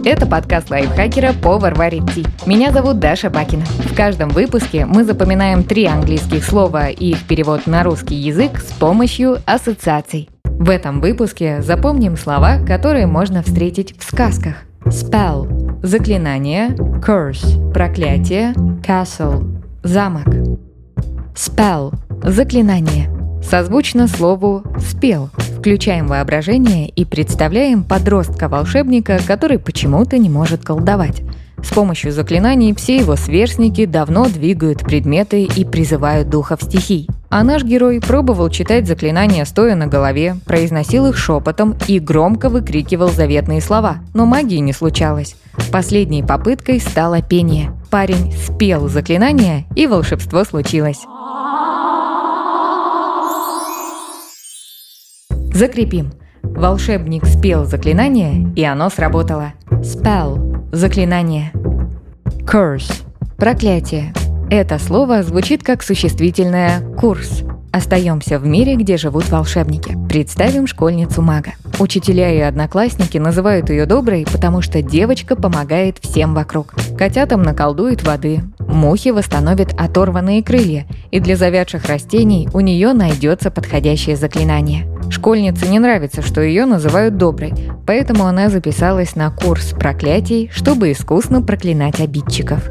Это подкаст лайфхакера «Повар варит ти». Меня зовут Даша Бакина. В каждом выпуске мы запоминаем 3 английских слова и их перевод на русский язык с помощью ассоциаций. В этом выпуске запомним слова, которые можно встретить в сказках. Spell – заклинание, curse – проклятие, castle – замок. Spell – заклинание. Созвучно слову «спел». Включаем воображение и представляем подростка-волшебника, который почему-то не может колдовать. С помощью заклинаний все его сверстники давно двигают предметы и призывают духов стихий. А наш герой пробовал читать заклинания стоя на голове, произносил их шепотом и громко выкрикивал заветные слова, но магии не случалось. Последней попыткой стало пение. Парень спел заклинание, и волшебство случилось. Закрепим. Волшебник спел заклинание, и оно сработало. Spell – заклинание. Curse – проклятие. Это слово звучит как существительное «курс». Остаемся в мире, где живут волшебники. Представим школьницу-мага. Учителя и одноклассники называют ее доброй, потому что девочка помогает всем вокруг. Котятам наколдует воды, мухи восстановят оторванные крылья, и для завядших растений у нее найдется подходящее заклинание. Школьнице не нравится, что ее называют доброй, поэтому она записалась на курс проклятий, чтобы искусно проклинать обидчиков.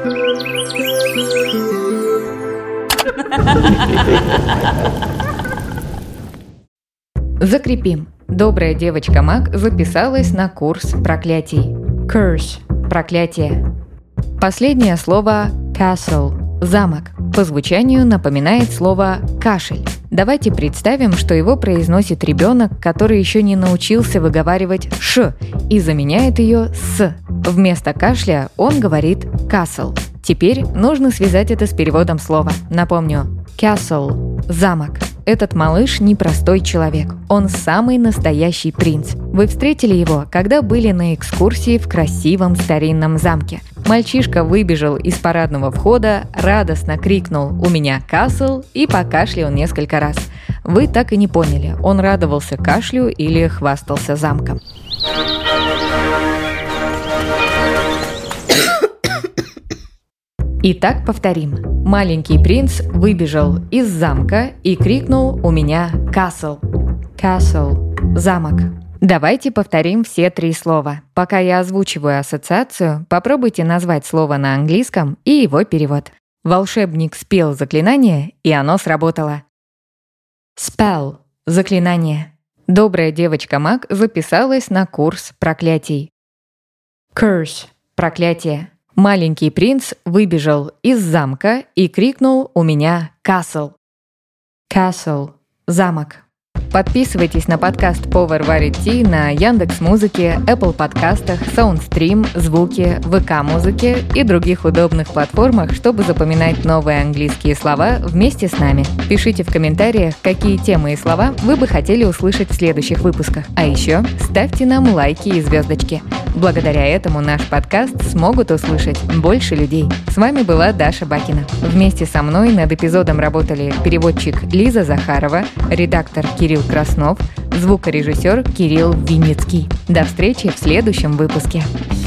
Закрепим. Добрая девочка-маг записалась на курс проклятий. Curse – проклятие. Последнее слово castle – замок. По звучанию напоминает слово «кашель». Давайте представим, что его произносит ребенок, который еще не научился выговаривать «ш» и заменяет ее «с». Вместо кашля он говорит «castle». Теперь нужно связать это с переводом слова. Напомню, castle – замок. Этот малыш непростой человек. Он самый настоящий принц. Вы встретили его, когда были на экскурсии в красивом старинном замке. Мальчишка выбежал из парадного входа, радостно крикнул «У меня касл» и покашлял несколько раз. Вы так и не поняли, он радовался кашлю или хвастался замком. Итак, повторим. Маленький принц выбежал из замка и крикнул «У меня castle». Castle – замок. Давайте повторим все 3 слова. Пока я озвучиваю ассоциацию, попробуйте назвать слово на английском и его перевод. Волшебник спел заклинание, и оно сработало. Spell – заклинание. Добрая девочка-маг записалась на курс проклятий. Curse – проклятие. Маленький принц выбежал из замка и крикнул «У меня castle». Castle – замок. Подписывайтесь на подкаст «Повар варит ти» на Яндекс.Музыке, Apple подкастах, Soundstream, Звуки, ВК-музыке и других удобных платформах, чтобы запоминать новые английские слова вместе с нами. Пишите в комментариях, какие темы и слова вы бы хотели услышать в следующих выпусках. А еще ставьте нам лайки и звездочки. Благодаря этому наш подкаст смогут услышать больше людей. С вами была Даша Бакина. Вместе со мной над эпизодом работали переводчик Лиза Захарова, редактор Кирилл Краснов, звукорежиссер Кирилл Винницкий. До встречи в следующем выпуске.